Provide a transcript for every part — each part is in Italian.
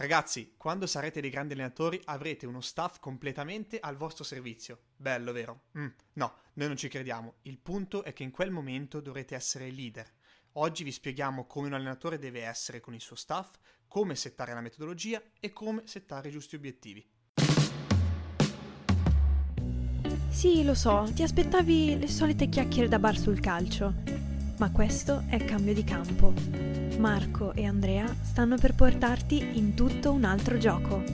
Ragazzi, quando sarete dei grandi allenatori avrete uno staff completamente al vostro servizio. Bello, vero? No, noi non ci crediamo. Il punto è che in quel momento dovrete essere leader. Oggi vi spieghiamo come un allenatore deve essere con il suo staff, come settare la metodologia e come settare i giusti obiettivi. Sì, lo so, ti aspettavi le solite chiacchiere da bar sul calcio. Ma questo è Cambio di Campo. Marco e Andrea stanno per portarti in tutto un altro gioco.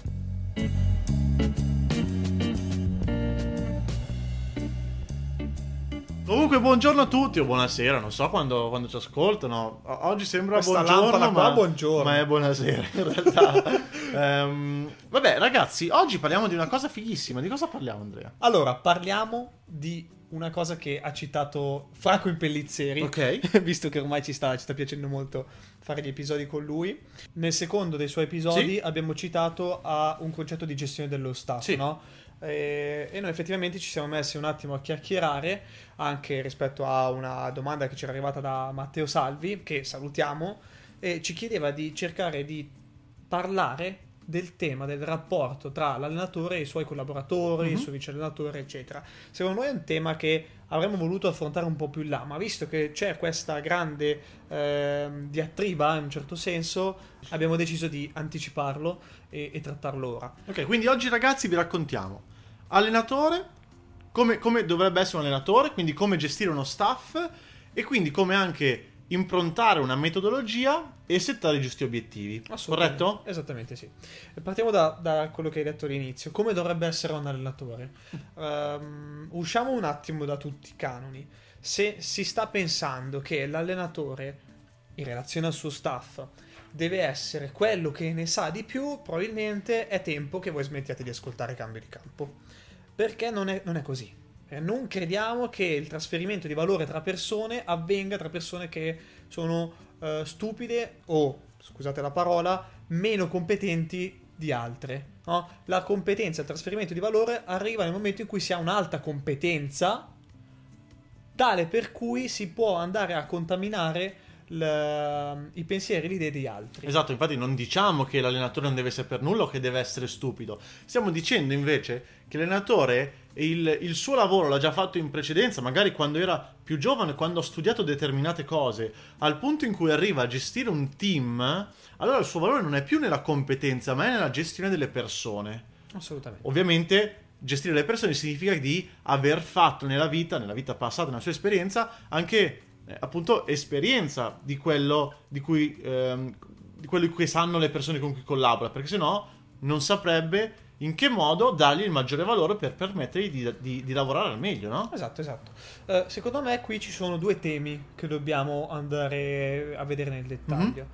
Comunque buongiorno a tutti o buonasera, non so quando ci ascoltano. Oggi sembra Questa buongiorno, lampada qua, buongiorno. ma è buonasera in realtà. Vabbè ragazzi, oggi parliamo di una cosa fighissima. Di cosa parliamo, Andrea? Allora, parliamo di una cosa che ha citato Franco Impellizzeri, Ok. visto che ormai ci sta piacendo molto fare gli episodi con lui. Nel secondo dei suoi episodi abbiamo citato a un concetto di gestione dello staff, Sì. no? E noi effettivamente ci siamo messi un attimo a chiacchierare anche rispetto a una domanda che c'era arrivata da Matteo Salvi, che salutiamo, e ci chiedeva di cercare di parlare del tema del rapporto tra l'allenatore e i suoi collaboratori, il suo vice allenatore, eccetera. Secondo noi è un tema che avremmo voluto affrontare un po' più in là, ma visto che c'è questa grande diatriba in un certo senso, abbiamo deciso di anticiparlo e trattarlo ora. Ok, quindi oggi ragazzi vi raccontiamo allenatore, come dovrebbe essere un allenatore, quindi come gestire uno staff e quindi come anche improntare una metodologia e settare i giusti obiettivi. Assolutamente. Corretto? Esattamente sì. Partiamo da quello che hai detto all'inizio. Come dovrebbe essere un allenatore? Usciamo un attimo da tutti i canoni. Se si sta pensando che l'allenatore, in relazione al suo staff, deve essere quello che ne sa di più, probabilmente è tempo che voi smettiate di ascoltare Cambio di Campo. Perché non è così. Non crediamo che il trasferimento di valore tra persone avvenga tra persone che sono stupide o, scusate la parola, meno competenti di altre. No? La competenza, il trasferimento di valore arriva nel momento in cui si ha un'alta competenza tale per cui si può andare a contaminare i pensieri e le idee degli altri. Esatto, infatti non diciamo che l'allenatore non deve sapere nulla o che deve essere stupido. Stiamo dicendo invece che l'allenatore il suo lavoro l'ha già fatto in precedenza, magari quando era più giovane, quando ha studiato determinate cose, al punto in cui arriva a gestire un team, allora il suo valore non è più nella competenza, ma è nella gestione delle persone. Assolutamente. Ovviamente gestire le persone significa di aver fatto nella vita passata, nella sua esperienza, anche appunto esperienza di quello di quello che sanno le persone con cui collabora, perché sennò non saprebbe in che modo dargli il maggiore valore per permettergli di lavorare al meglio, no? Esatto. Secondo me qui ci sono due temi che dobbiamo andare a vedere nel dettaglio.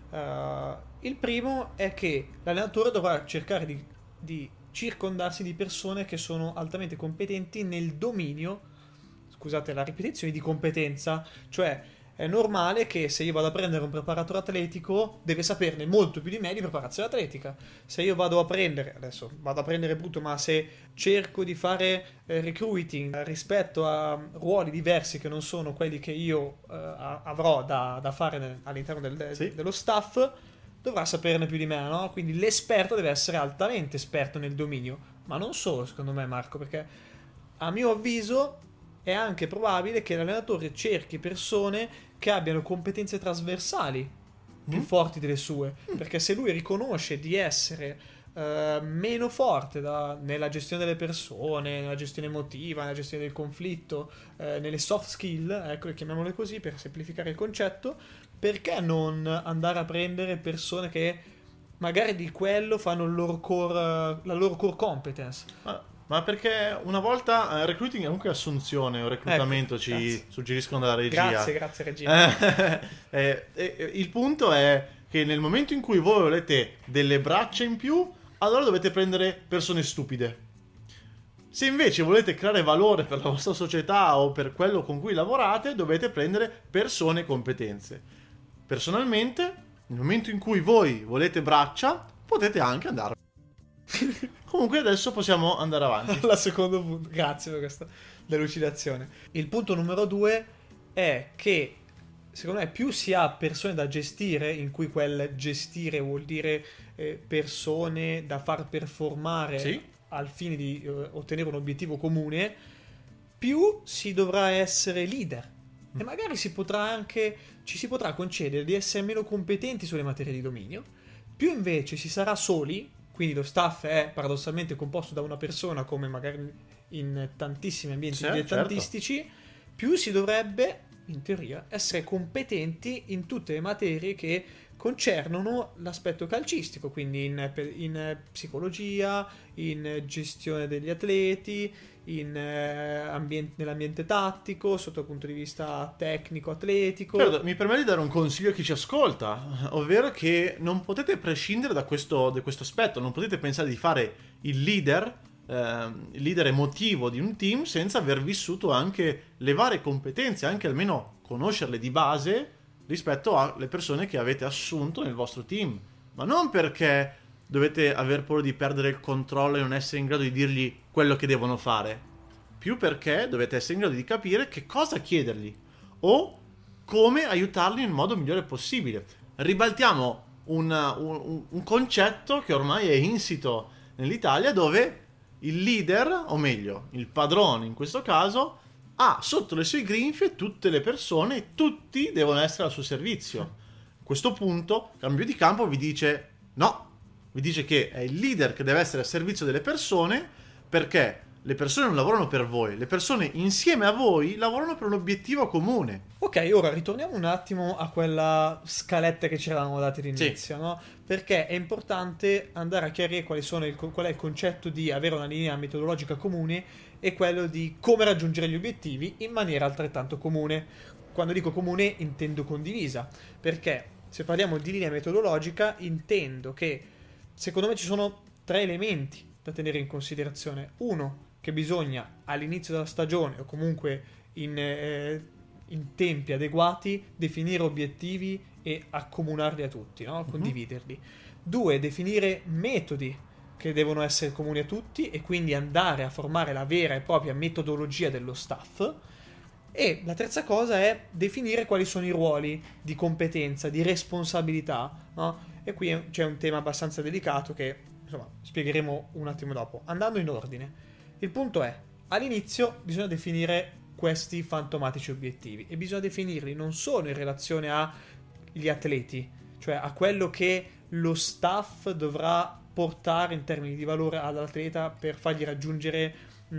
Il primo è che l'allenatore dovrà cercare di circondarsi di persone che sono altamente competenti nel dominio, scusate la ripetizione, di competenza. Cioè è normale che se io vado a prendere un preparatore atletico deve saperne molto più di me di preparazione atletica. Se io vado a prendere brutto, ma se cerco di fare recruiting rispetto a ruoli diversi che non sono quelli che io avrò da fare all'interno dello staff, dovrà saperne più di me, no? Quindi l'esperto deve essere altamente esperto nel dominio, ma non solo, secondo me, Marco, perché a mio avviso è anche probabile che l'allenatore cerchi persone che abbiano competenze trasversali più forti delle sue, perché se lui riconosce di essere meno forte nella gestione delle persone, nella gestione emotiva, nella gestione del conflitto, nelle soft skill, ecco, chiamiamole così per semplificare il concetto, perché non andare a prendere persone che magari di quello fanno la loro core competence? Ma perché una volta recruiting è comunque assunzione o reclutamento, ecco, ci grazie. suggeriscono dalla regia. Grazie regia. Il punto è che nel momento in cui voi volete delle braccia in più, allora dovete prendere persone stupide. Se invece volete creare valore per la vostra società o per quello con cui lavorate, dovete prendere persone e competenze. Personalmente, nel momento in cui voi volete braccia, potete anche andare. Comunque adesso possiamo andare avanti. Al secondo punto, grazie per questa delucidazione. Il punto numero 2 è che secondo me più si ha persone da gestire, in cui quel gestire vuol dire persone da far performare Sì. al fine di ottenere un obiettivo comune, più si dovrà essere leader. E magari ci si potrà concedere di essere meno competenti sulle materie di dominio, più invece si sarà soli, quindi lo staff è paradossalmente composto da una persona, come magari in tantissimi ambienti Sì, dilettantistici, più si dovrebbe, in teoria, essere competenti in tutte le materie che concernono l'aspetto calcistico, quindi in psicologia, in gestione degli atleti, nell'ambiente tattico, sotto il punto di vista tecnico-atletico. Certo, mi permette di dare un consiglio a chi ci ascolta, ovvero che non potete prescindere da questo aspetto, non potete pensare di fare il leader emotivo di un team senza aver vissuto anche le varie competenze, anche almeno conoscerle di base rispetto alle persone che avete assunto nel vostro team. Ma non perché dovete aver paura di perdere il controllo e non essere in grado di dirgli quello che devono fare, più perché dovete essere in grado di capire che cosa chiedergli o come aiutarli nel modo migliore possibile. Ribaltiamo un concetto che ormai è insito nell'Italia, dove il leader, o meglio, il padrone in questo caso, ha sotto le sue grinfie tutte le persone e tutti devono essere al suo servizio. A questo punto, cambio di campo, vi dice no, vi dice che è il leader che deve essere al servizio delle persone, perché le persone non lavorano per voi, le persone insieme a voi lavorano per un obiettivo comune. Ok, ora ritorniamo un attimo a quella scaletta che ci eravamo dati all'inizio, Sì. no? Perché è importante andare a chiarire qual è il concetto di avere una linea metodologica comune e quello di come raggiungere gli obiettivi in maniera altrettanto comune. Quando dico comune intendo condivisa, perché se parliamo di linea metodologica intendo che secondo me ci sono 3 elementi da tenere in considerazione. Uno, che bisogna all'inizio della stagione o comunque in tempi adeguati definire obiettivi e accomunarli a tutti, no? Condividerli. 2, definire metodi che devono essere comuni a tutti e quindi andare a formare la vera e propria metodologia dello staff. E la terza cosa è definire quali sono i ruoli di competenza, di responsabilità, no? E qui c'è un tema abbastanza delicato che, insomma, spiegheremo un attimo dopo. Andando in ordine, il punto è, all'inizio bisogna definire questi fantomatici obiettivi e bisogna definirli non solo in relazione agli atleti, cioè a quello che lo staff dovrà portare in termini di valore all'atleta per fargli raggiungere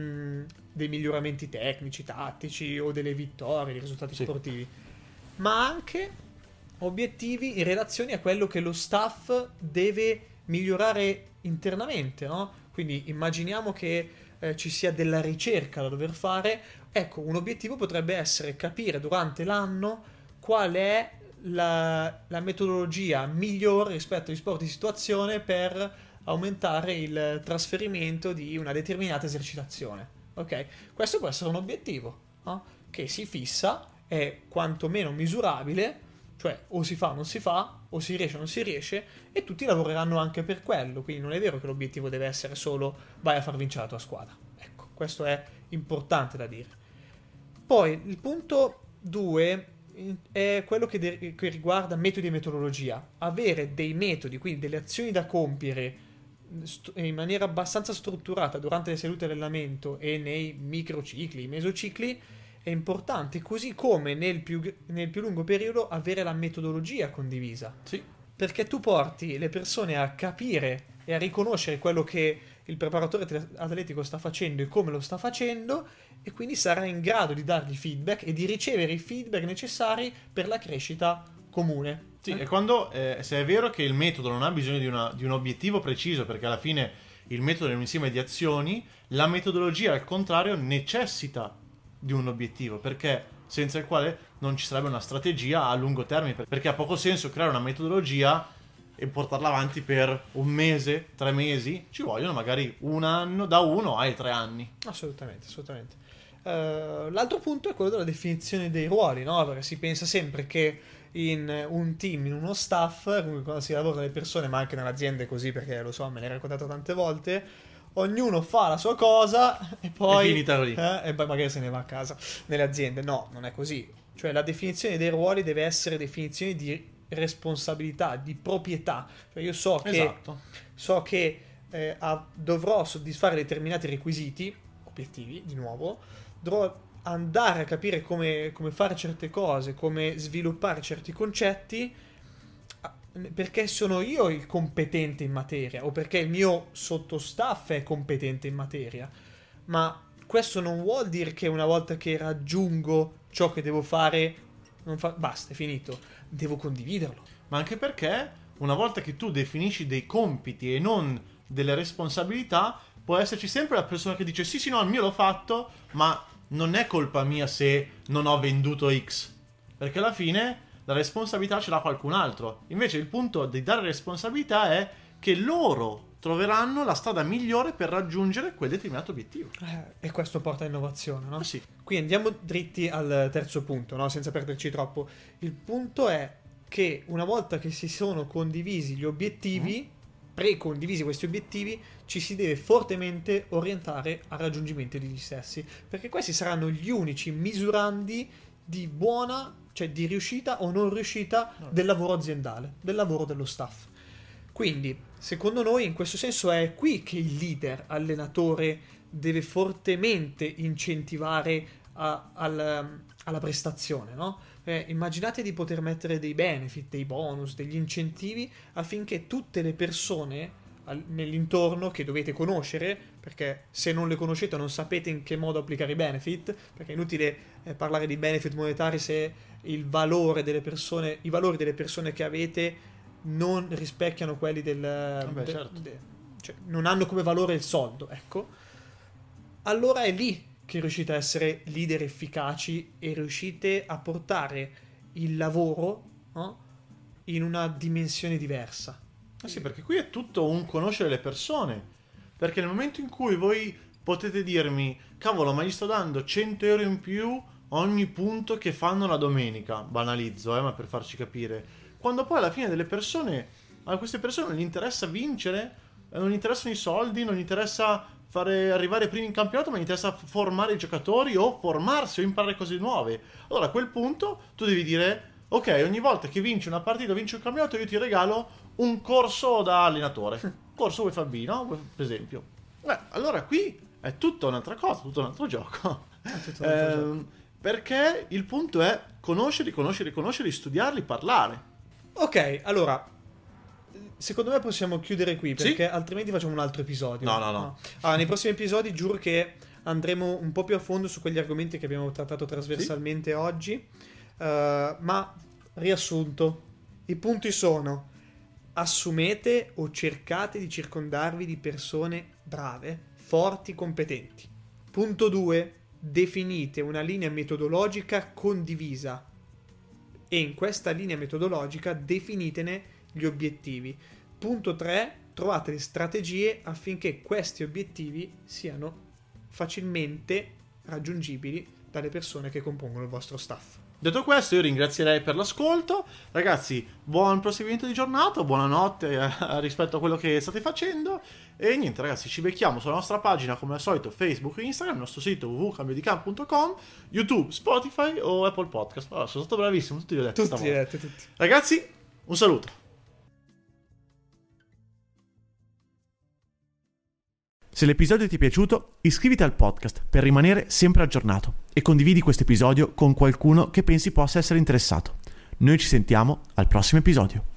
dei miglioramenti tecnici, tattici o delle vittorie, dei risultati sportivi, ma anche obiettivi in relazione a quello che lo staff deve migliorare internamente, no? Quindi immaginiamo che ci sia della ricerca da dover fare. Ecco, un obiettivo potrebbe essere capire durante l'anno qual è la metodologia migliore rispetto agli sport di situazione per aumentare il trasferimento di una determinata esercitazione. Ok? Questo può essere un obiettivo, no? Che si fissa, è quantomeno misurabile, cioè o si fa o non si fa, o si riesce o non si riesce, e tutti lavoreranno anche per quello. Quindi non è vero che l'obiettivo deve essere solo vai a far vincere la tua squadra. Ecco, questo è importante da dire. Poi il punto 2 è quello che riguarda metodi e metodologia. Avere dei metodi, quindi delle azioni da compiere in maniera abbastanza strutturata durante le sedute di allenamento e nei microcicli, mesocicli, è importante, così come nel più lungo periodo avere la metodologia condivisa. Sì. Perché tu porti le persone a capire e a riconoscere quello che il preparatore atletico sta facendo e come lo sta facendo, e quindi sarà in grado di dargli feedback e di ricevere i feedback necessari per la crescita comune. Sì, e quando se è vero che il metodo non ha bisogno di un obiettivo preciso, perché alla fine il metodo è un insieme di azioni, la metodologia al contrario necessita di un obiettivo, perché senza il quale non ci sarebbe una strategia a lungo termine, perché ha poco senso creare una metodologia e portarla avanti per un mese, 3 mesi, ci vogliono magari un anno, da 1 ai 3 anni. Assolutamente. L'altro punto è quello della definizione dei ruoli, no? Perché si pensa sempre che in un team, in uno staff, comunque quando si lavora le persone, ma anche nell'azienda è così, perché lo so, me l'hai raccontato tante volte, ognuno fa la sua cosa e poi È finita lì. e poi magari se ne va a casa. Nelle aziende no, non è così. Cioè la definizione dei ruoli deve essere definizione di responsabilità, di proprietà. Cioè io so che dovrò soddisfare determinati requisiti, obiettivi, di nuovo, dovrò andare a capire come fare certe cose, come sviluppare certi concetti, perché sono io il competente in materia o perché il mio sottostaff è competente in materia. Ma questo non vuol dire che una volta che raggiungo ciò che devo fare basta, è finito, devo condividerlo. Ma anche perché una volta che tu definisci dei compiti e non delle responsabilità, può esserci sempre la persona che dice sì no, il mio l'ho fatto, ma non è colpa mia se non ho venduto X, perché alla fine la responsabilità ce l'ha qualcun altro. Invece il punto di dare responsabilità è che loro troveranno la strada migliore per raggiungere quel determinato obiettivo. E questo porta a innovazione, no? Sì. Qui andiamo dritti al terzo punto, no? Senza perderci troppo. Il punto è che una volta che si sono condivisi gli obiettivi, precondivisi questi obiettivi, ci si deve fortemente orientare al raggiungimento degli stessi, perché questi saranno gli unici misurandi di buona, cioè di riuscita o non riuscita del lavoro aziendale, del lavoro dello staff. Quindi, secondo noi, in questo senso è qui che il leader, allenatore, deve fortemente incentivare alla prestazione, no? Immaginate di poter mettere dei benefit, dei bonus, degli incentivi affinché tutte le persone nell'intorno che dovete conoscere, perché se non le conoscete non sapete in che modo applicare i benefit, perché è inutile parlare di benefit monetari se i valori delle persone che avete non rispecchiano quelli cioè non hanno come valore il soldo, ecco. Allora è lì che riuscite a essere leader efficaci e riuscite a portare il lavoro, no, in una dimensione diversa. Sì, perché qui è tutto un conoscere le persone, perché nel momento in cui voi potete dirmi cavolo, ma gli sto dando 100 euro in più ogni punto che fanno la domenica, banalizzo, ma per farci capire, quando poi alla fine a queste persone non gli interessa vincere, non gli interessano i soldi, non gli interessa fare arrivare primi in campionato, ma gli interessa formare i giocatori o formarsi o imparare cose nuove. Allora a quel punto tu devi dire ok, ogni volta che vinci una partita o vinci un campionato io ti regalo un corso da allenatore, corso UEFAB, no? Per esempio. Allora qui è tutta un'altra cosa, tutto un altro gioco. Perché il punto è conoscerli, studiarli, parlare. Ok, allora secondo me possiamo chiudere qui, perché altrimenti facciamo un altro episodio. No. Allora, nei prossimi episodi giuro che andremo un po' più a fondo su quegli argomenti che abbiamo trattato trasversalmente oggi. Ma riassunto, i punti sono: assumete o cercate di circondarvi di persone brave, forti, competenti. Punto 2, definite una linea metodologica condivisa e in questa linea metodologica definitene gli obiettivi. Punto 3, trovate le strategie affinché questi obiettivi siano facilmente raggiungibili dalle persone che compongono il vostro staff. Detto questo, io ringrazierei per l'ascolto. Ragazzi, buon proseguimento di giornata, buonanotte rispetto a quello che state facendo. E niente, ragazzi, ci becchiamo sulla nostra pagina come al solito, Facebook e Instagram, il nostro sito www.cambiodicampo.com, YouTube, Spotify o Apple Podcast. Allora, sono stato bravissimo, tutti li ho detti stavolta. Tutti. Ragazzi, un saluto. Se l'episodio ti è piaciuto, iscriviti al podcast per rimanere sempre aggiornato e condividi questo episodio con qualcuno che pensi possa essere interessato. Noi ci sentiamo al prossimo episodio.